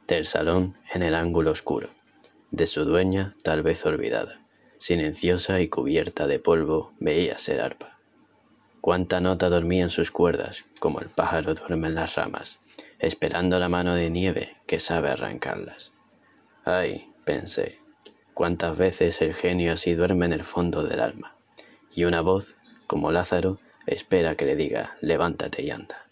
Del salón en el ángulo oscuro, de su dueña tal vez olvidada, silenciosa y cubierta de polvo, veíase el arpa. Cuánta nota dormía en sus cuerdas, como el pájaro duerme en las ramas, esperando la mano de nieve que sabe arrancarlas. Ay, pensé, cuántas veces el genio así duerme en el fondo del alma, y una voz, como Lázaro, espera que le diga: levántate y anda.